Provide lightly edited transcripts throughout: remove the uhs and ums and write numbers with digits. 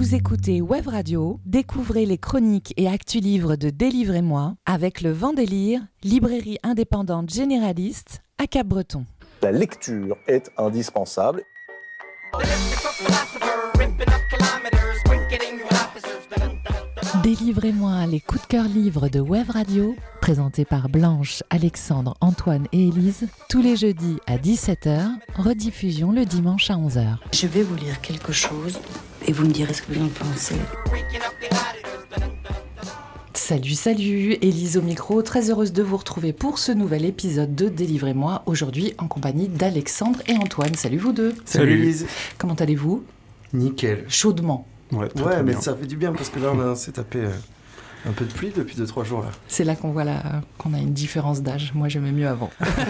Vous écoutez Web Radio, découvrez les chroniques et actus livres de Délivrez-moi avec le Vendélire, librairie indépendante généraliste à Cap-Breton. La lecture est indispensable. Délivrez-moi les coups de cœur livres de Web Radio, présentés par Blanche, Alexandre, Antoine et Élise, tous les jeudis à 17h, rediffusion le dimanche à 11h. Je vais vous lire quelque chose et vous me direz ce que vous en pensez. Salut, Élise au micro, très heureuse de vous retrouver pour ce nouvel épisode de Délivrez-moi, aujourd'hui en compagnie d'Alexandre et Antoine. Salut vous deux. Salut Élise. Comment allez-vous ? Nickel. Chaudement. Ouais, très mais bien. Ça fait du bien parce que là on s'est tapé un peu de pluie depuis 2-3 jours là. C'est là qu'on voit qu'on a une différence d'âge. Moi j'aimais mieux avant.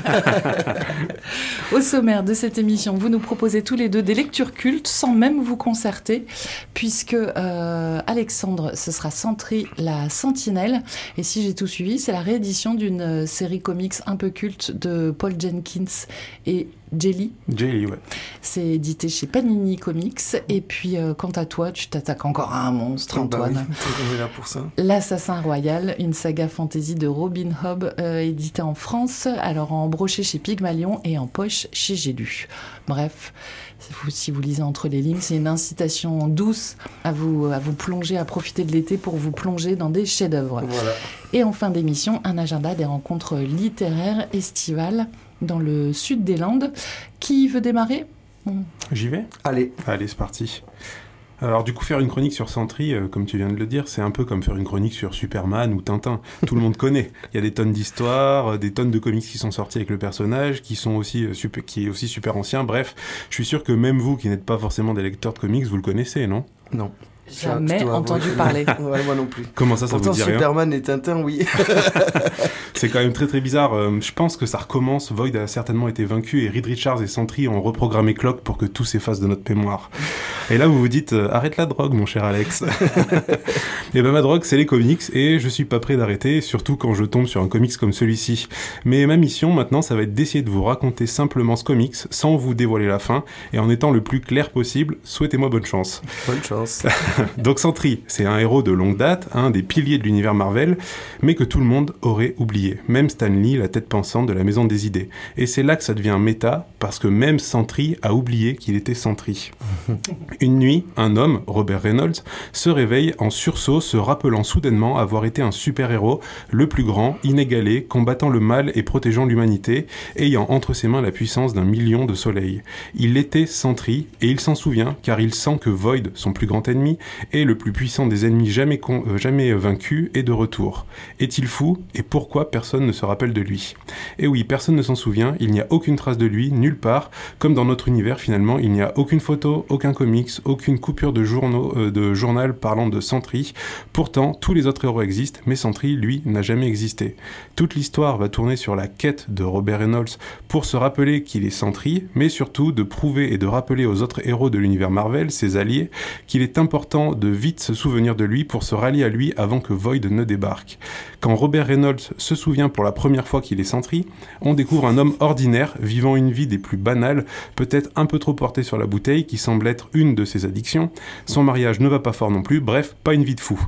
Au sommaire de cette émission, vous nous proposez tous les deux des lectures cultes sans même vous concerter, puisque Alexandre, ce sera Sentry, la Sentinelle, et si j'ai tout suivi, c'est la réédition d'une série comics un peu culte de Paul Jenkins et Jelly, ouais. C'est édité chez Panini Comics. Et puis, quant à toi, tu t'attaques encore à un monstre, Antoine. Bah oui, on est là pour ça. L'Assassin Royal, une saga fantasy de Robin Hobb, éditée en France, alors en broché chez Pygmalion et en poche chez J'ai lu. Bref, si vous lisez entre les lignes, c'est une incitation douce à vous plonger, à profiter de l'été pour vous plonger dans des chefs-d'œuvre. Voilà. Et en fin d'émission, un agenda des rencontres littéraires estivales dans le sud des Landes. Qui veut démarrer ? J'y vais ? Allez, c'est parti. Alors du coup, faire une chronique sur Sentry, comme tu viens de le dire, c'est un peu comme faire une chronique sur Superman ou Tintin. Tout le monde connaît. Il y a des tonnes d'histoires, des tonnes de comics qui sont sortis avec le personnage, qui est aussi super ancien. Bref, je suis sûr que même vous, qui n'êtes pas forcément des lecteurs de comics, vous le connaissez, non ? Non. Jamais entendu parler. Ouais, moi non plus. Comment ça Pourtant, vous dit rien ? Superman et Tintin, oui. C'est quand même très très bizarre. Je pense que ça recommence. Void a certainement été vaincu et Reed Richards et Sentry ont reprogrammé Clock pour que tout s'efface de notre mémoire. Et là, vous vous dites, arrête la drogue, mon cher Alex. Et ben ma drogue, c'est les comics et je suis pas prêt d'arrêter, surtout quand je tombe sur un comics comme celui-ci. Mais ma mission maintenant, ça va être d'essayer de vous raconter simplement ce comics sans vous dévoiler la fin et en étant le plus clair possible. Souhaitez-moi bonne chance. Bonne chance. Donc Sentry, c'est un héros de longue date, un des piliers de l'univers Marvel, mais que tout le monde aurait oublié. Même Stan Lee, la tête pensante de la Maison des Idées. Et c'est là que ça devient méta, parce que même Sentry a oublié qu'il était Sentry. Une nuit, un homme, Robert Reynolds, se réveille en sursaut, se rappelant soudainement avoir été un super-héros, le plus grand, inégalé, combattant le mal et protégeant l'humanité, ayant entre ses mains la puissance d'1 million de soleils. Il était Sentry, et il s'en souvient, car il sent que Void, son plus grand ennemi, et le plus puissant des ennemis jamais vaincu, est de retour. Est-il fou ? Et pourquoi personne ne se rappelle de lui ? Et oui, personne ne s'en souvient, il n'y a aucune trace de lui, nulle part. Comme dans notre univers, finalement, il n'y a aucune photo, aucun comics, aucune coupure de journal parlant de Sentry. Pourtant, tous les autres héros existent, mais Sentry, lui, n'a jamais existé. Toute l'histoire va tourner sur la quête de Robert Reynolds pour se rappeler qu'il est Sentry, mais surtout de prouver et de rappeler aux autres héros de l'univers Marvel, ses alliés, qu'il est important de vite se souvenir de lui pour se rallier à lui avant que Void ne débarque. Quand Robert Reynolds se souvient pour la première fois qu'il est Sentry, on découvre un homme ordinaire, vivant une vie des plus banales, peut-être un peu trop porté sur la bouteille, qui semble être une de ses addictions. Son mariage ne va pas fort non plus, bref, pas une vie de fou.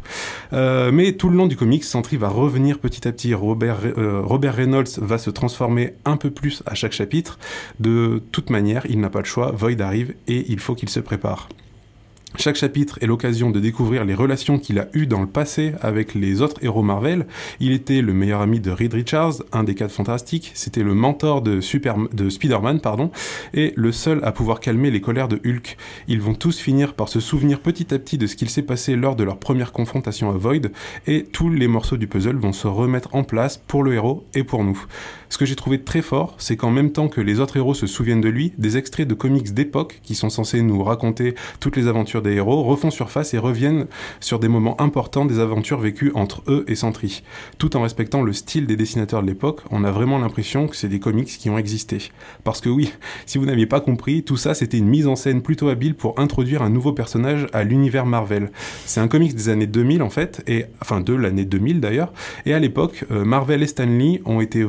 Mais tout le long du comics, Sentry va revenir petit à petit. Robert Reynolds va se transformer un peu plus à chaque chapitre. De toute manière, il n'a pas le choix, Void arrive et il faut qu'il se prépare. Chaque chapitre est l'occasion de découvrir les relations qu'il a eues dans le passé avec les autres héros Marvel. Il était le meilleur ami de Reed Richards, un des 4 fantastiques, c'était le mentor de Spider-Man, et le seul à pouvoir calmer les colères de Hulk. Ils vont tous finir par se souvenir petit à petit de ce qu'il s'est passé lors de leur première confrontation à Void, et tous les morceaux du puzzle vont se remettre en place pour le héros et pour nous. Ce que j'ai trouvé très fort, c'est qu'en même temps que les autres héros se souviennent de lui, des extraits de comics d'époque, qui sont censés nous raconter toutes les aventures des héros, refont surface et reviennent sur des moments importants des aventures vécues entre eux et Sentry. Tout en respectant le style des dessinateurs de l'époque, on a vraiment l'impression que c'est des comics qui ont existé. Parce que oui, si vous n'aviez pas compris, tout ça c'était une mise en scène plutôt habile pour introduire un nouveau personnage à l'univers Marvel. C'est un comics des années 2000 en fait, de l'année 2000 d'ailleurs, et à l'époque, Marvel et Stan Lee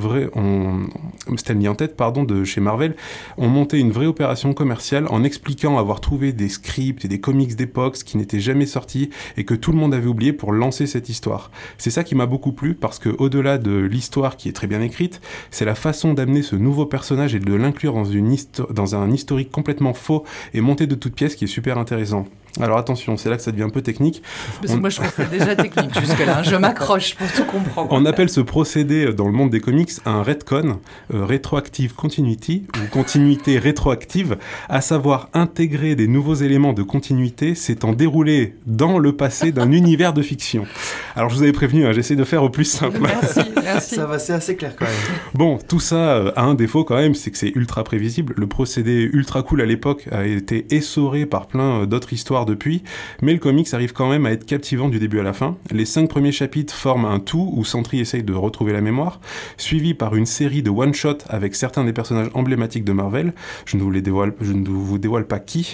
en tête de chez Marvel, ont monté une vraie opération commerciale en expliquant avoir trouvé des scripts et des comics comics d'époque, ce qui n'était jamais sorti et que tout le monde avait oublié pour lancer cette histoire. C'est ça qui m'a beaucoup plu parce que au-delà de l'histoire qui est très bien écrite, c'est la façon d'amener ce nouveau personnage et de l'inclure dans un historique complètement faux et monté de toutes pièces qui est super intéressant. Alors attention, c'est là que ça devient un peu technique. Parce que moi je trouve ça déjà technique jusque-là, je m'accroche pour tout comprendre. On appelle ce procédé dans le monde des comics un retcon, retroactive continuity, ou continuité rétroactive, à savoir intégrer des nouveaux éléments de continuité s'étant déroulés dans le passé d'un univers de fiction. Alors je vous avais prévenu, j'essaie de faire au plus simple. Merci. Ça va, c'est assez clair quand même. Bon, tout ça a un défaut quand même, c'est que c'est ultra prévisible. Le procédé ultra cool à l'époque a été essoré par plein d'autres histoires depuis, mais le comics arrive quand même à être captivant du début à la fin. Les 5 premiers chapitres forment un tout où Sentry essaye de retrouver la mémoire, suivi par une série de one-shot avec certains des personnages emblématiques de Marvel. Je ne vous dévoile pas qui.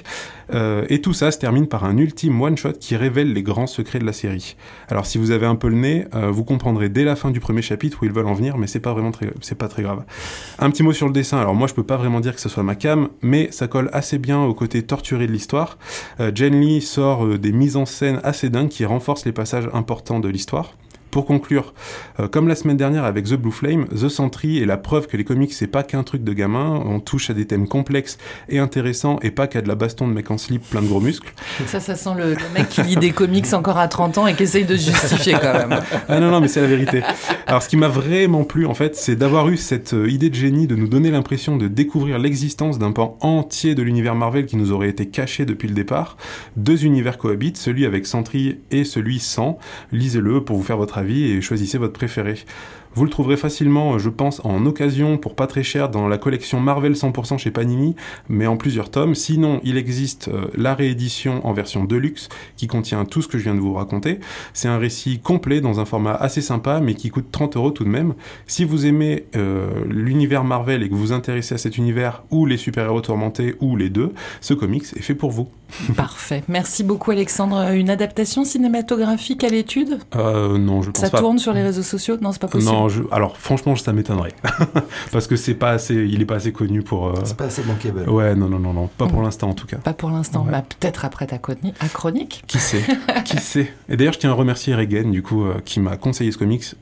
Et tout ça se termine par un ultime one-shot qui révèle les grands secrets de la série. Alors si vous avez un peu le nez, vous comprendrez dès la fin du premier chapitre où ils veulent en venir, mais c'est pas très grave. Un petit mot sur le dessin. Alors moi je peux pas vraiment dire que ce soit ma cam, mais ça colle assez bien au côté torturé de l'histoire. Jen Lee sort des mises en scène assez dingues qui renforcent les passages importants de l'histoire. Pour conclure, comme la semaine dernière avec The Blue Flame, The Sentry est la preuve que les comics c'est pas qu'un truc de gamin, on touche à des thèmes complexes et intéressants et pas qu'à de la baston de mec en slip plein de gros muscles. Ça sent le mec qui lit des comics encore à 30 ans et qui essaye de se justifier quand même. Ah non, mais c'est la vérité. Alors ce qui m'a vraiment plu en fait, c'est d'avoir eu cette idée de génie de nous donner l'impression de découvrir l'existence d'un pan entier de l'univers Marvel qui nous aurait été caché depuis le départ. 2 univers cohabitent, celui avec Sentry et celui sans. Lisez-le pour vous faire votre avis et choisissez votre préféré. Vous le trouverez facilement, je pense, en occasion pour pas très cher dans la collection Marvel 100% chez Panini, mais en plusieurs tomes. Sinon, il existe la réédition en version deluxe qui contient tout ce que je viens de vous raconter. C'est un récit complet dans un format assez sympa, mais qui coûte 30 € tout de même. Si vous aimez l'univers Marvel et que vous vous intéressez à cet univers ou les super-héros tourmentés ou les deux, ce comics est fait pour vous. Parfait. Merci beaucoup Alexandre. Une adaptation cinématographique à l'étude ? Non, je pense pas. Ça tourne sur les réseaux sociaux ? Non, c'est pas possible. Non, alors franchement, ça m'étonnerait. Parce que il est pas assez connu pour... C'est pas assez bankable. Ouais, non. Pas pour l'instant en tout cas. Pas pour l'instant. Ouais. Bah, peut-être après ta chronique. Qui sait. Et d'ailleurs, je tiens à remercier Regan, du coup, qui m'a conseillé ce comics,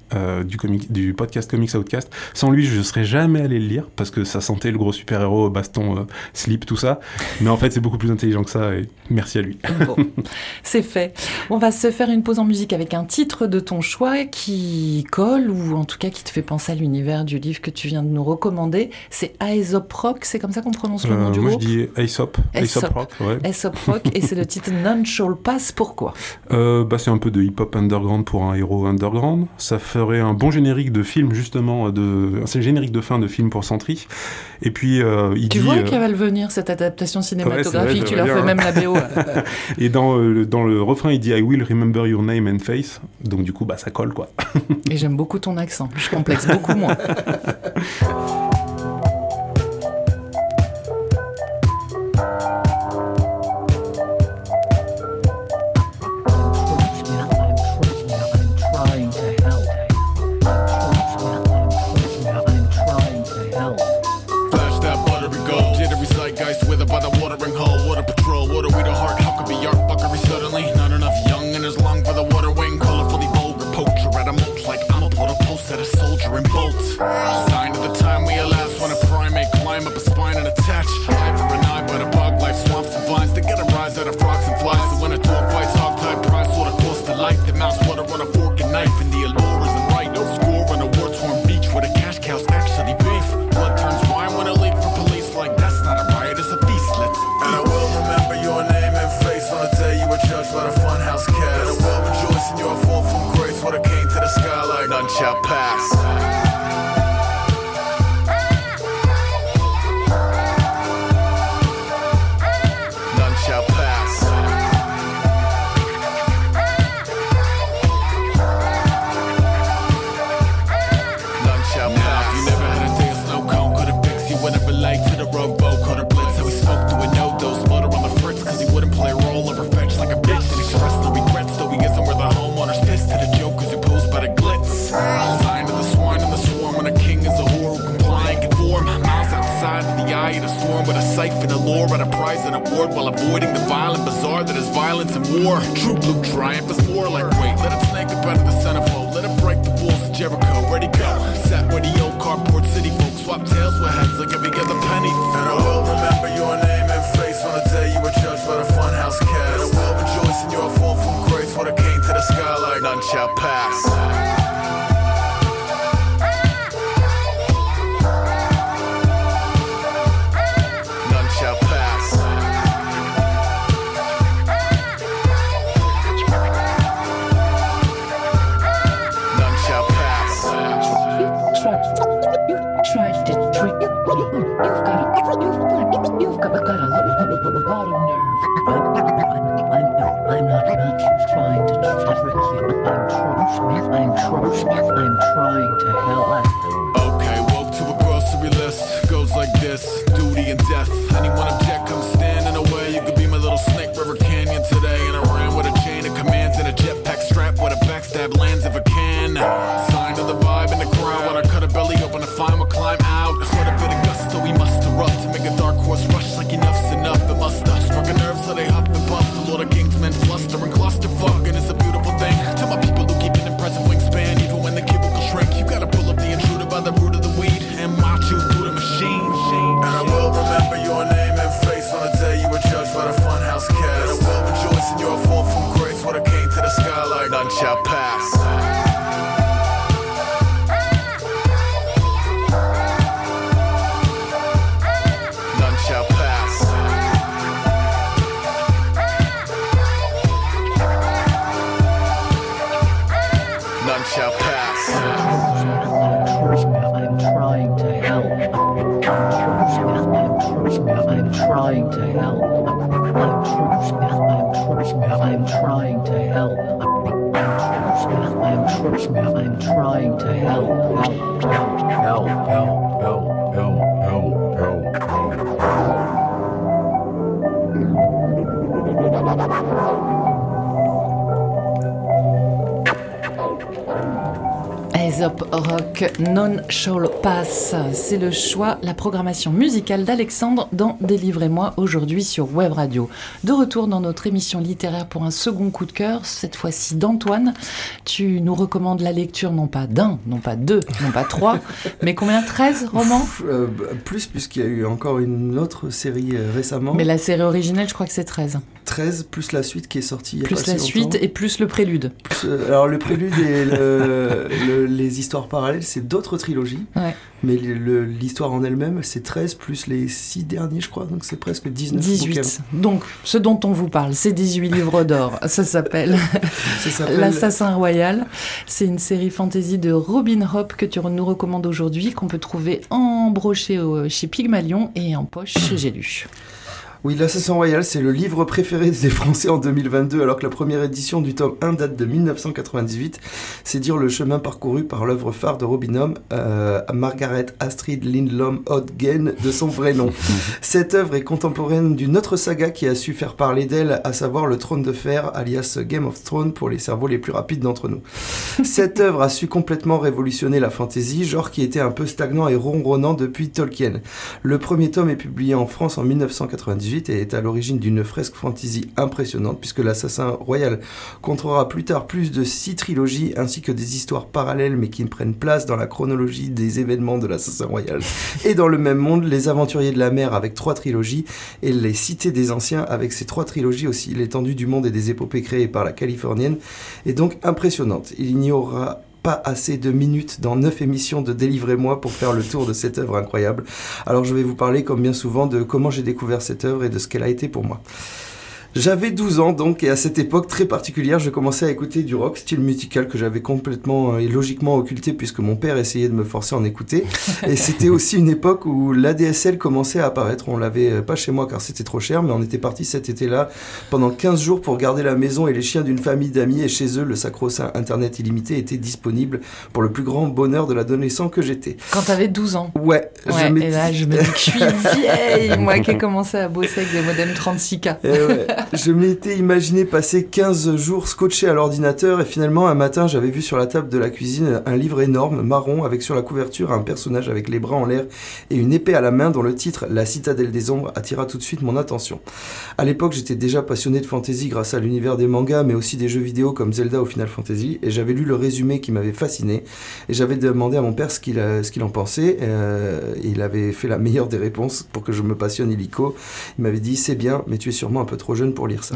du podcast Comics Outcast. Sans lui, je serais jamais allé le lire, parce que ça sentait le gros super-héros, baston, slip, tout ça. Mais en fait, c'est beaucoup plus intelligent que ça, et merci à lui. Bon, c'est fait. On va se faire une pause en musique avec un titre de ton choix qui colle, ou en tout cas qui te fait penser à l'univers du livre que tu viens de nous recommander. C'est Aesop Rock, c'est comme ça qu'on prononce le nom du groupe ? Moi je dis Aesop Rock, ouais. Aesop Rock, et c'est le titre Non Shall Pass. Pourquoi ? C'est un peu de hip-hop underground pour un héros underground. Ça ferait un bon générique de film, justement, c'est le générique de fin de film pour Sentry. Et puis, tu vois qu'elle va le venir, cette adaptation cinématographique, tu leur fais même la BO. Et dans le refrain, il dit I will remember your name and face. Donc du coup, ça colle, quoi. Et j'aime beaucoup ton accent. Je complexe beaucoup moins. accord while avoiding the violent bazaar that is violence and war. True blue triumph is more like wait. Let it snake up out of the centerfold. Let it break the walls of Jericho. Ready go. Sat where the old cardboard city folks swap tails with heads like every other penny. And I will remember your name and face on the day you were judged by the funhouse cast. And I will rejoice in your fall from grace when it came to the sky like none shall pass. I'm trying to help. Okay, woke to a grocery list. Goes like this, duty and death. Anyone object, come stand in the way. You could be my little Snake River Canyon today. And I ran with a chain of commands and a jetpack strap with a backstab lands if I can. Sign of the vibe in the crowd. When I cut a belly open to find what climb out. What a bit of gusto we must erupt to make a dark horse rush like enough's enough. It must have struck a nerve so they huff and puff. The Lord of Kings men fluster and clusterfuck. And it's a beautiful thing. To my people who keep an impressive wingspan. Even when the cubicle shrink, you gotta pull up the intruder by the root of the weed and march you through the machine. And I will remember your name and face on the day you were judged by the funhouse cast. And I will rejoice in your fall from grace when it came to the sky like none shall pass. None shall pass. None shall pass. I'm trying to help. I'm trying to help. I'm trying to help. I'm trying to Aesop Rock, Non Shall Pass, c'est le choix, la programmation musicale d'Alexandre dans Délivrez-moi aujourd'hui sur Web Radio. De retour dans notre émission littéraire pour un second coup de cœur, cette fois-ci d'Antoine. Tu nous recommandes la lecture non pas d'un, non pas deux, non pas trois, mais combien, 13 romans? Plus, puisqu'il y a eu encore une autre série récemment. Mais la série originelle, je crois que c'est 13. 13, plus la suite qui est sortie il y a plus pas si la longtemps. suite et plus le prélude. Alors le prélude et les histoires parallèles, c'est d'autres trilogies. Ouais. Mais l'histoire en elle-même, c'est 13 plus les 6 derniers, je crois. Donc c'est presque 19 18. bouquins. Donc, ce dont on vous parle, c'est 18 livres d'or. Ça s'appelle L'Assassin Royal. C'est une série fantasy de Robin Hobb que tu nous recommandes aujourd'hui, qu'on peut trouver en brochet chez Pygmalion et en poche chez J'ai lu. Oui, L'Assassin Royal, c'est le livre préféré des Français en 2022, alors que la première édition du tome 1 date de 1998. C'est dire le chemin parcouru par l'œuvre phare de Robin Hobb, Margaret Astrid Lindblom Hodgkin, de son vrai nom. Cette œuvre est contemporaine d'une autre saga qui a su faire parler d'elle, à savoir Le Trône de Fer, alias Game of Thrones pour les cerveaux les plus rapides d'entre nous. Cette œuvre a su complètement révolutionner la fantasy, genre qui était un peu stagnant et ronronnant depuis Tolkien. Le premier tome est publié en France en 1998 et est à l'origine d'une fresque fantasy impressionnante, puisque l'Assassin Royal comptera plus tard plus de 6 trilogies ainsi que des histoires parallèles mais qui ne prennent place dans la chronologie des événements de l'Assassin Royal. Et dans le même monde, Les Aventuriers de la Mer avec 3 trilogies et Les Cités des Anciens avec ses 3 trilogies aussi. L'étendue du monde et des épopées créées par la Californienne est donc impressionnante. Il n'y aura pas assez de minutes dans 9 émissions de Délivrez-moi pour faire le tour de cette œuvre incroyable. Alors je vais vous parler, comme bien souvent, de comment j'ai découvert cette œuvre et de ce qu'elle a été pour moi. J'avais 12 ans donc, et à cette époque très particulière, je commençais à écouter du rock, style musical que j'avais complètement et logiquement occulté puisque mon père essayait de me forcer à en écouter. Et c'était aussi une époque où l'ADSL commençait à apparaître. On l'avait pas chez moi car c'était trop cher, mais on était parti cet été-là pendant 15 jours pour garder la maison et les chiens d'une famille d'amis, et chez eux, le sacro-saint internet illimité était disponible pour le plus grand bonheur de l'adolescent que j'étais. Quand t'avais 12 ans. Ouais. Et là, je me dis que je suis vieille, moi qui ai commencé à bosser avec des modems 36K. Ouais. Je m'étais imaginé passer 15 jours scotché à l'ordinateur et finalement un matin j'avais vu sur la table de la cuisine un livre énorme, marron, avec sur la couverture un personnage avec les bras en l'air et une épée à la main dont le titre « La citadelle des ombres » attira tout de suite mon attention. À l'époque j'étais déjà passionné de fantasy grâce à l'univers des mangas mais aussi des jeux vidéo comme Zelda ou Final Fantasy et j'avais lu le résumé qui m'avait fasciné et j'avais demandé à mon père ce qu'il en pensait. Il avait fait la meilleure des réponses pour que je me passionne illico. Il m'avait dit « C'est bien, mais tu es sûrement un peu trop jeune pour lire ça. »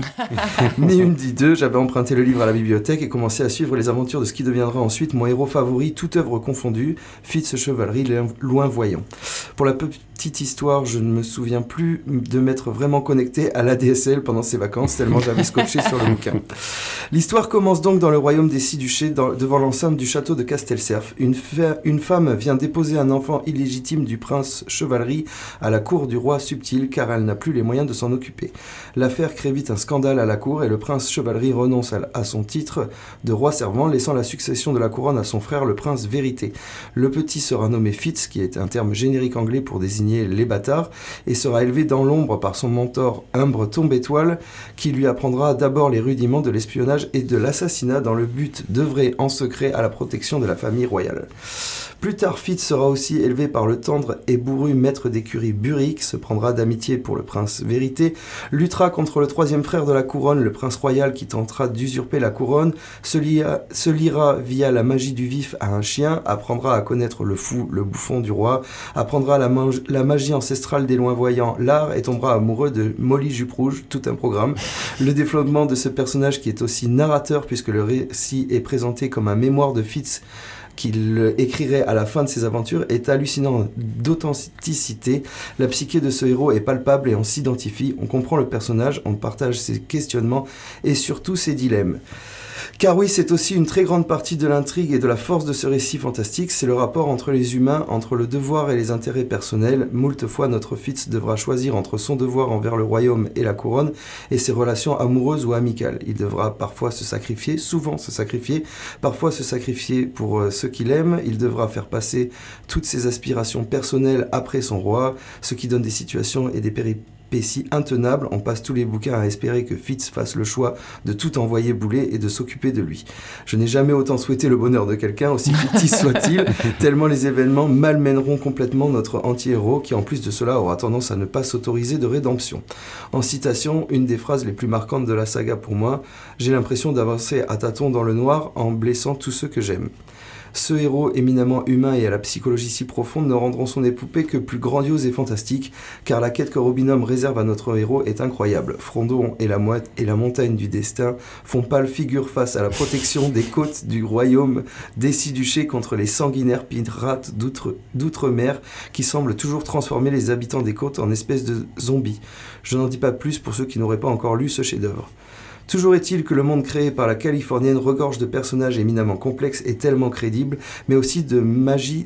Ni une ni deux, j'avais emprunté le livre à la bibliothèque et commencé à suivre les aventures de ce qui deviendra ensuite mon héros favori, toute œuvre confondue, Fitz Chevalerie loin voyant. Pour la petite histoire, je ne me souviens plus de m'être vraiment connecté à l'ADSL pendant ces vacances, tellement j'avais scotché sur le bouquin. L'histoire commence donc dans le royaume des Six-Duchés, devant l'enceinte du château de Castelcerf. Une femme vient déposer un enfant illégitime du prince Chevalerie à la cour du roi Subtil, car elle n'a plus les moyens de s'en occuper. L'affaire crée vite un scandale à la cour et le prince Chevalerie renonce à son titre de roi servant, laissant la succession de la couronne à son frère, le prince Vérité. Le petit sera nommé Fitz, qui est un terme générique anglais pour désigner les bâtards, et sera élevé dans l'ombre par son mentor Humbre Tombétoile, qui lui apprendra d'abord les rudiments de l'espionnage et de l'assassinat dans le but d'œuvrer en secret à la protection de la famille royale. Plus tard, Fitz sera aussi élevé par le tendre et bourru maître d'écurie Buric, se prendra d'amitié pour le prince Vérité, luttera contre le troisième frère de la couronne, le prince royal qui tentera d'usurper la couronne, se liera via la magie du vif à un chien, apprendra à connaître le fou, le bouffon du roi, apprendra la magie ancestrale des loin-voyants, l'art et tombera amoureux de Molly Jupe Rouge, tout un programme. Le développement de ce personnage qui est aussi narrateur puisque le récit est présenté comme un mémoire de Fitz qu'il écrirait à la fin de ses aventures est hallucinant d'authenticité. La psyché de ce héros est palpable et on s'identifie, on comprend le personnage, on partage ses questionnements et surtout ses dilemmes. Car oui, c'est aussi une très grande partie de l'intrigue et de la force de ce récit fantastique, c'est le rapport entre les humains, entre le devoir et les intérêts personnels. Moult fois, notre Fitz devra choisir entre son devoir envers le royaume et la couronne et ses relations amoureuses ou amicales. Il devra parfois se sacrifier, souvent se sacrifier, parfois se sacrifier pour ceux qu'il aime. Il devra faire passer toutes ses aspirations personnelles après son roi, ce qui donne des situations et des péripéties intenable, on passe tous les bouquins à espérer que Fitz fasse le choix de tout envoyer bouler et de s'occuper de lui. Je n'ai jamais autant souhaité le bonheur de quelqu'un, aussi fictif soit-il, tellement les événements malmèneront complètement notre anti-héros qui en plus de cela aura tendance à ne pas s'autoriser de rédemption. En citation, une des phrases les plus marquantes de la saga pour moi, j'ai l'impression d'avancer à tâtons dans le noir en blessant tous ceux que j'aime. Ce héros éminemment humain et à la psychologie si profonde ne rendront son épopée que plus grandiose et fantastique, car la quête que Robin Hobb réserve à notre héros est incroyable. Frodon et la montagne du destin font pâle figure face à la protection des côtes du royaume des Six-Duchés contre les sanguinaires pirates d'outre-mer qui semblent toujours transformer les habitants des côtes en espèces de zombies. Je n'en dis pas plus pour ceux qui n'auraient pas encore lu ce chef-d'œuvre. Toujours est-il que le monde créé par la Californienne regorge de personnages éminemment complexes et tellement crédibles, mais aussi de magie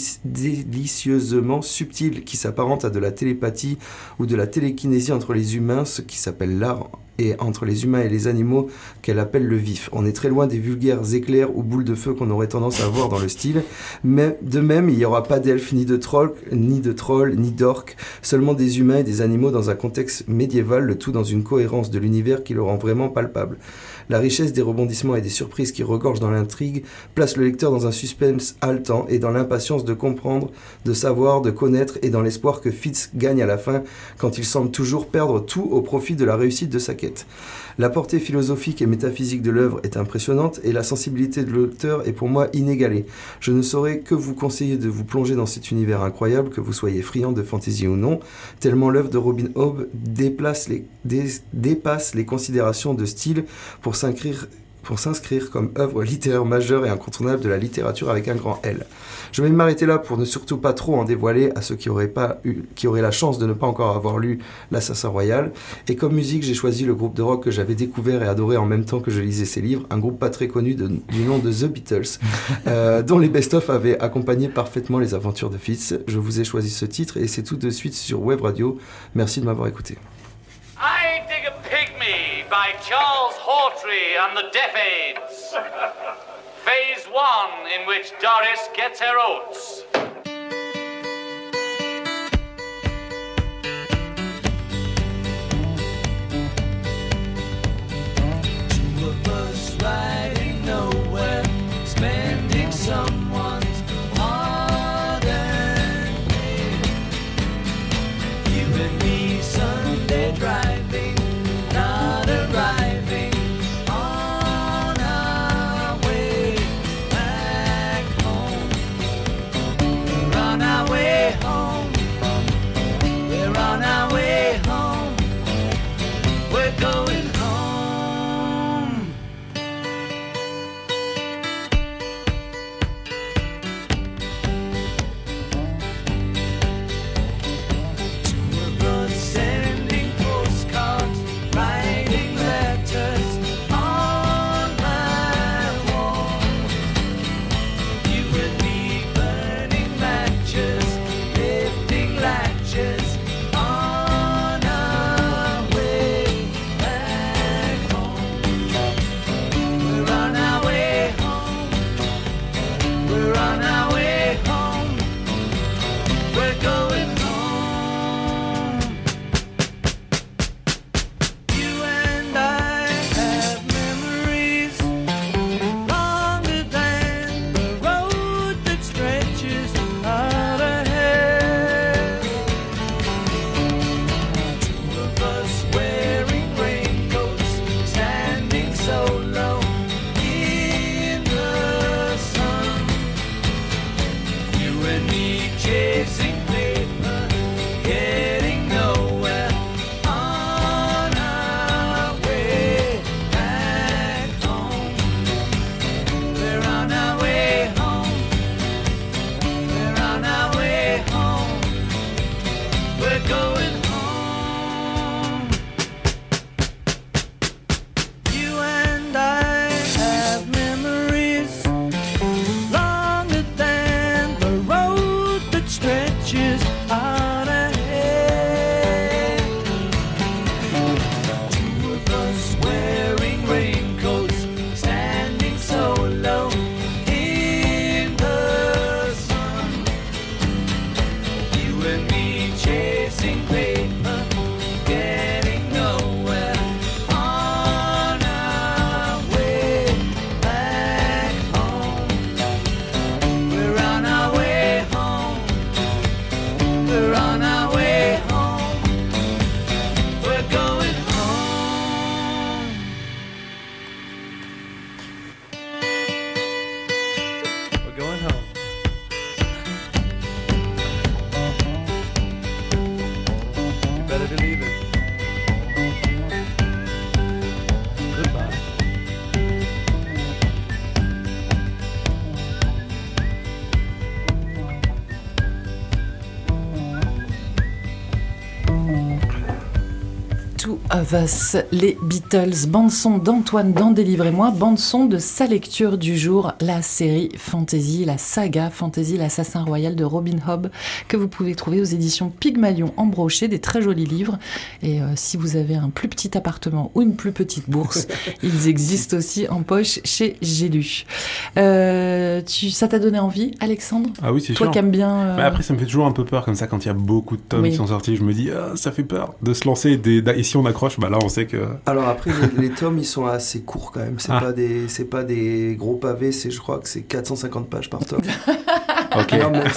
délicieusement subtile qui s'apparente à de la télépathie ou de la télékinésie entre les humains, ce qui s'appelle l'art, et entre les humains et les animaux qu'elle appelle le vif. On est très loin des vulgaires éclairs ou boules de feu qu'on aurait tendance à voir dans le style, mais de même, il n'y aura pas d'elfes, ni de trolls, ni d'orques, seulement des humains et des animaux dans un contexte médiéval, le tout dans une cohérence de l'univers qui le rend vraiment palpable. La richesse des rebondissements et des surprises qui regorgent dans l'intrigue place le lecteur dans un suspense haletant et dans l'impatience de comprendre, de savoir, de connaître et dans l'espoir que Fitz gagne à la fin quand il semble toujours perdre tout au profit de la réussite de sa quête. La portée philosophique et métaphysique de l'œuvre est impressionnante et la sensibilité de l'auteur est pour moi inégalée. Je ne saurais que vous conseiller de vous plonger dans cet univers incroyable, que vous soyez friand de fantasy ou non, tellement l'œuvre de Robin Hobb dépasse les considérations de style pour s'inscrire comme œuvre littéraire majeure et incontournable de la littérature avec un grand L. Je vais m'arrêter là pour ne surtout pas trop en dévoiler à ceux qui auraient la chance de ne pas encore avoir lu L'Assassin Royal. Et comme musique, j'ai choisi le groupe de rock que j'avais découvert et adoré en même temps que je lisais ses livres, un groupe pas très connu du nom de The Beatles, dont les best-of avaient accompagné parfaitement les aventures de Fitz. Je vous ai choisi ce titre et c'est tout de suite sur Web Radio. Merci de m'avoir écouté. I Dig a Pygmy by Charles Hawtrey and the Deaf Aids. Phase 1, in which Doris gets her oats. of Us, les Beatles, bande-son d'Antoine dans Délivrez-moi, bande-son de sa lecture du jour, la série fantasy, la saga fantasy, l'assassin royal de Robin Hobb, que vous pouvez trouver aux éditions Pygmalion en brochet, des très jolis livres. Et si vous avez un plus petit appartement ou une plus petite bourse, ils existent aussi en poche chez J'ai lu. Ça t'a donné envie, Alexandre ? Ah oui, c'est sûr. Toi qui aimes bien... Mais après, ça me fait toujours un peu peur comme ça quand il y a beaucoup de tomes qui sont sortis. Je me dis, ça fait peur de se lancer. Et si on accroche, bah là, on sait que... Alors après, les tomes, ils sont assez courts quand même. C'est pas des gros pavés. Je crois que c'est 450 pages par tome. Ok. Non, mais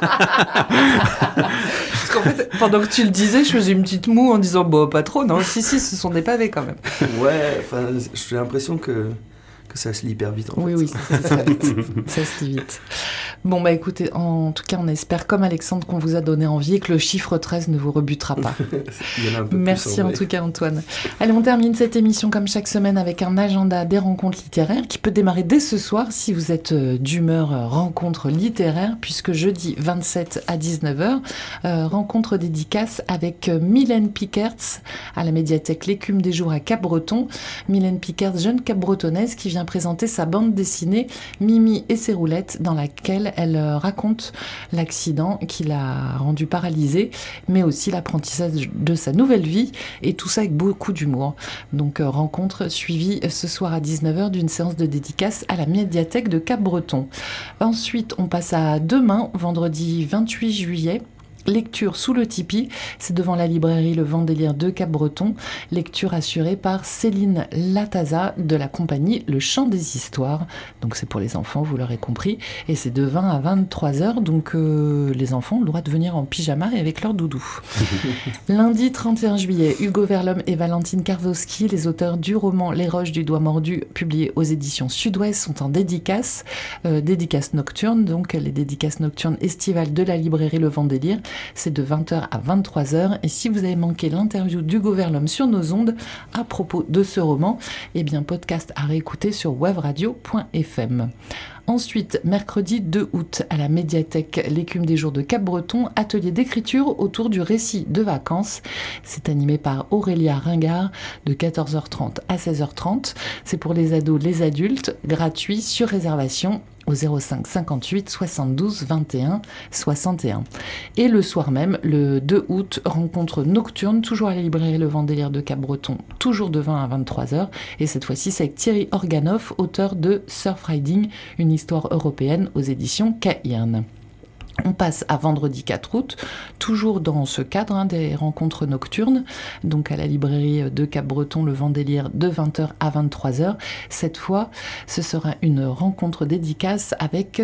Parce qu'en fait, pendant que tu le disais, je faisais une petite moue en disant, pas trop. Non, si, ce sont des pavés quand même. Ouais, enfin, j'ai l'impression que ça se lit hyper vite. En fait. Oui, ça se lit vite. Ça se lit vite. Bon, écoutez, en tout cas, on espère, comme Alexandre, qu'on vous a donné envie et que le chiffre 13 ne vous rebutera pas. Il y en a un peu Merci plus, en tout cas, Antoine. Allez, on termine cette émission comme chaque semaine avec un agenda des rencontres littéraires qui peut démarrer dès ce soir si vous êtes d'humeur rencontre littéraire, puisque jeudi 27 à 19h, rencontre dédicace avec Mylène Pickertz à la médiathèque L'Écume des Jours à Cap-Breton. Mylène Pickertz, jeune Cap-Bretonnaise qui vient présenter sa bande dessinée Mimi et ses roulettes, dans laquelle elle raconte l'accident qui l'a rendue paralysée, mais aussi l'apprentissage de sa nouvelle vie, et tout ça avec beaucoup d'humour. Donc rencontre suivie ce soir à 19h d'une séance de dédicace à la médiathèque de Cap-Breton. Ensuite, on passe à demain, vendredi 28 juillet. Lecture sous le tipi, c'est devant la librairie Le Vendélire de Cap-Breton. Lecture assurée par Céline Lataza de la compagnie Le Chant des Histoires. Donc c'est pour les enfants, vous l'aurez compris. Et c'est de 20 à 23h, donc les enfants ont le droit de venir en pyjama et avec leur doudou. Lundi 31 juillet, Hugo Verlhomme et Valentine Karwowski, les auteurs du roman Les Roches du Doigt Mordu, publié aux éditions Sud-Ouest, sont en dédicace. Dédicace nocturne, donc les dédicaces nocturnes estivales de la librairie Le Vendélire. C'est de 20h à 23h. Et si vous avez manqué l'interview d'Hugo Verlhomme sur nos ondes à propos de ce roman, podcast à réécouter sur webradio.fm. Ensuite, mercredi 2 août, à la médiathèque L'Écume des Jours de Cap-Breton, atelier d'écriture autour du récit de vacances. C'est animé par Aurélia Ringard de 14h30 à 16h30. C'est pour les ados, les adultes, gratuit sur réservation au 05 58 72 21 61. Et le soir même, le 2 août, rencontre nocturne, toujours à la librairie Le Vendélire de Cap-Breton, toujours de 20 à 23h. Et cette fois-ci, c'est avec Thierry Organoff, auteur de Surf Riding, une histoire européenne aux éditions Cairn. On passe à vendredi 4 août, toujours dans ce cadre des rencontres nocturnes, donc à la librairie de Cap-Breton, Le Vendélire, de 20h à 23h. Cette fois, ce sera une rencontre dédicace avec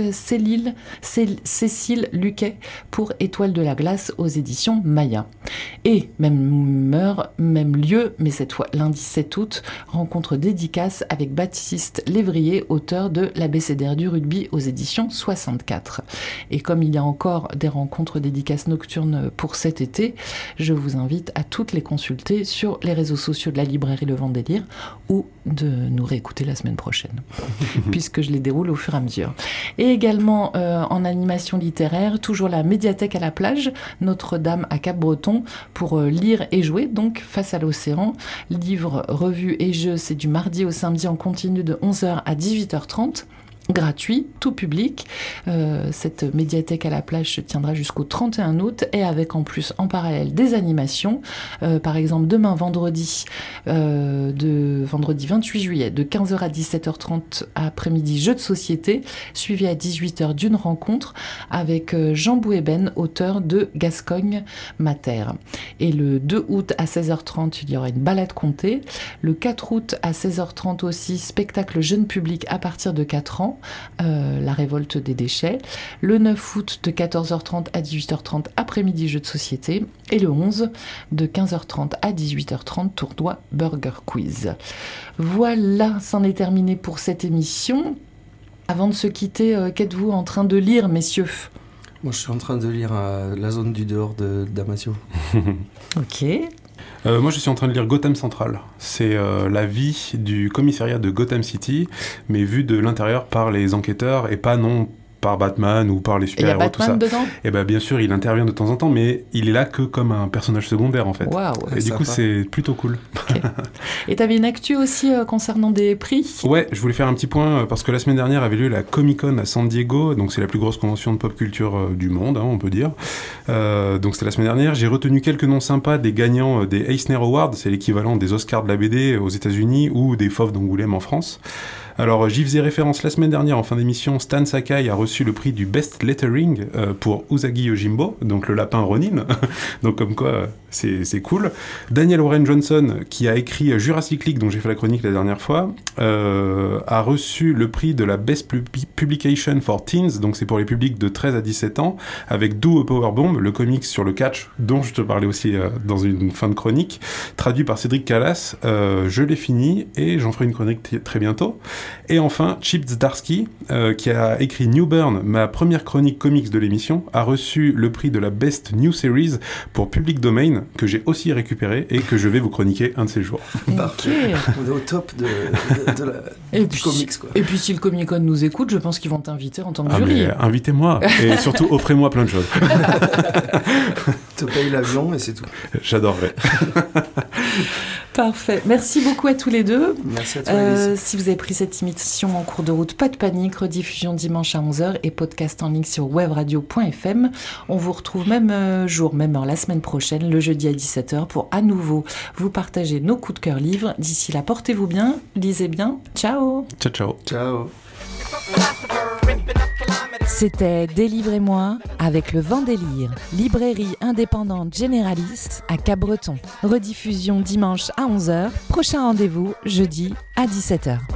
Cécile Luquet pour Étoile de la glace aux éditions Maya. Et même heure, même lieu, mais cette fois lundi 7 août, rencontre dédicace avec Baptiste Lévrier, auteur de L'Abécédaire du rugby aux éditions 64. Et comme il y a encore des rencontres dédicaces nocturnes pour cet été, je vous invite à toutes les consulter sur les réseaux sociaux de la librairie Le Vendélire ou de nous réécouter la semaine prochaine, puisque je les déroule au fur et à mesure. Et également en animation littéraire, toujours la médiathèque à la plage, Notre-Dame à Cap-Breton, pour lire et jouer, donc face à l'océan. Livres, revues et jeux, c'est du mardi au samedi en continu de 11h à 18h30. Gratuit, tout public. Cette médiathèque à la plage se tiendra jusqu'au 31 août et avec en plus en parallèle des animations. Par exemple, demain vendredi 28 juillet de 15h à 17h30 après-midi, jeu de société, suivi à 18h d'une rencontre avec Jean Bouében, auteur de Gascogne Mater. Et le 2 août à 16h30, il y aura une balade comptée. Le 4 août à 16h30 aussi, spectacle jeune public à partir de 4 ans. La révolte des déchets. Le 9 août de 14h30 à 18h30 après-midi jeu de société. Et le 11 de 15h30 à 18h30 tournoi Burger Quiz. Voilà, c'en est terminé pour cette émission. Avant de se quitter, qu'êtes-vous en train de lire, messieurs ? Moi, je suis en train de lire La zone du dehors de Damasio. Ok. Moi, je suis en train de lire Gotham Central. C'est la vie du commissariat de Gotham City, mais vue de l'intérieur par les enquêteurs et pas par Batman ou par les Et il y a super-héros, tout ça. Batman dedans ? Et ben bien sûr, il intervient de temps en temps, mais il est là que comme un personnage secondaire en fait. Waouh. Et du coup, c'est plutôt cool. Et t'avais une actu aussi concernant des prix ? Ouais, je voulais faire un petit point parce que la semaine dernière avait lieu la Comic-Con à San Diego, donc c'est la plus grosse convention de pop culture du monde, on peut dire. Donc c'était la semaine dernière. J'ai retenu quelques noms sympas des gagnants des Eisner Awards, c'est l'équivalent des Oscars de la BD aux États-Unis ou des Fauves d'Angoulême en France. Alors, j'y faisais référence la semaine dernière en fin d'émission. Stan Sakai a reçu le prix du Best Lettering pour Usagi Yojimbo, donc le lapin Ronin. Donc, comme quoi, c'est cool. Daniel Warren Johnson, qui a écrit Jurassic League, dont j'ai fait la chronique la dernière fois, a reçu le prix de la Best Publication for Teens, donc c'est pour les publics de 13 à 17 ans, avec Do a Powerbomb, le comics sur le catch, dont je te parlais aussi dans une fin de chronique, traduit par Cédric Callas. Je l'ai fini et j'en ferai une chronique très bientôt. Et enfin, Chip Zdarsky, qui a écrit New Burn, ma première chronique comics de l'émission, a reçu le prix de la Best New Series pour Public Domain, que j'ai aussi récupéré et que je vais vous chroniquer un de ces jours. Parfait. On est au top du comics, quoi. Et puis si le Comic-Con nous écoute, je pense qu'ils vont t'inviter en tant que jury. Mais invitez-moi et surtout offrez-moi plein de choses. Te paye l'avion et c'est tout. J'adorerais. Parfait. Merci beaucoup à tous les deux. Merci à toi, Alice. Si vous avez pris cette émission en cours de route, pas de panique. Rediffusion dimanche à 11h et podcast en ligne sur webradio.fm. On vous retrouve même jour, même heure la semaine prochaine, le jeudi à 17h, pour à nouveau vous partager nos coups de cœur livres. D'ici là, portez-vous bien, lisez bien. Ciao. Ciao, ciao. Ciao. C'était Délivrez-moi avec le Vendélire, librairie indépendante généraliste à Cap-Breton. Rediffusion dimanche à 11h, prochain rendez-vous jeudi à 17h.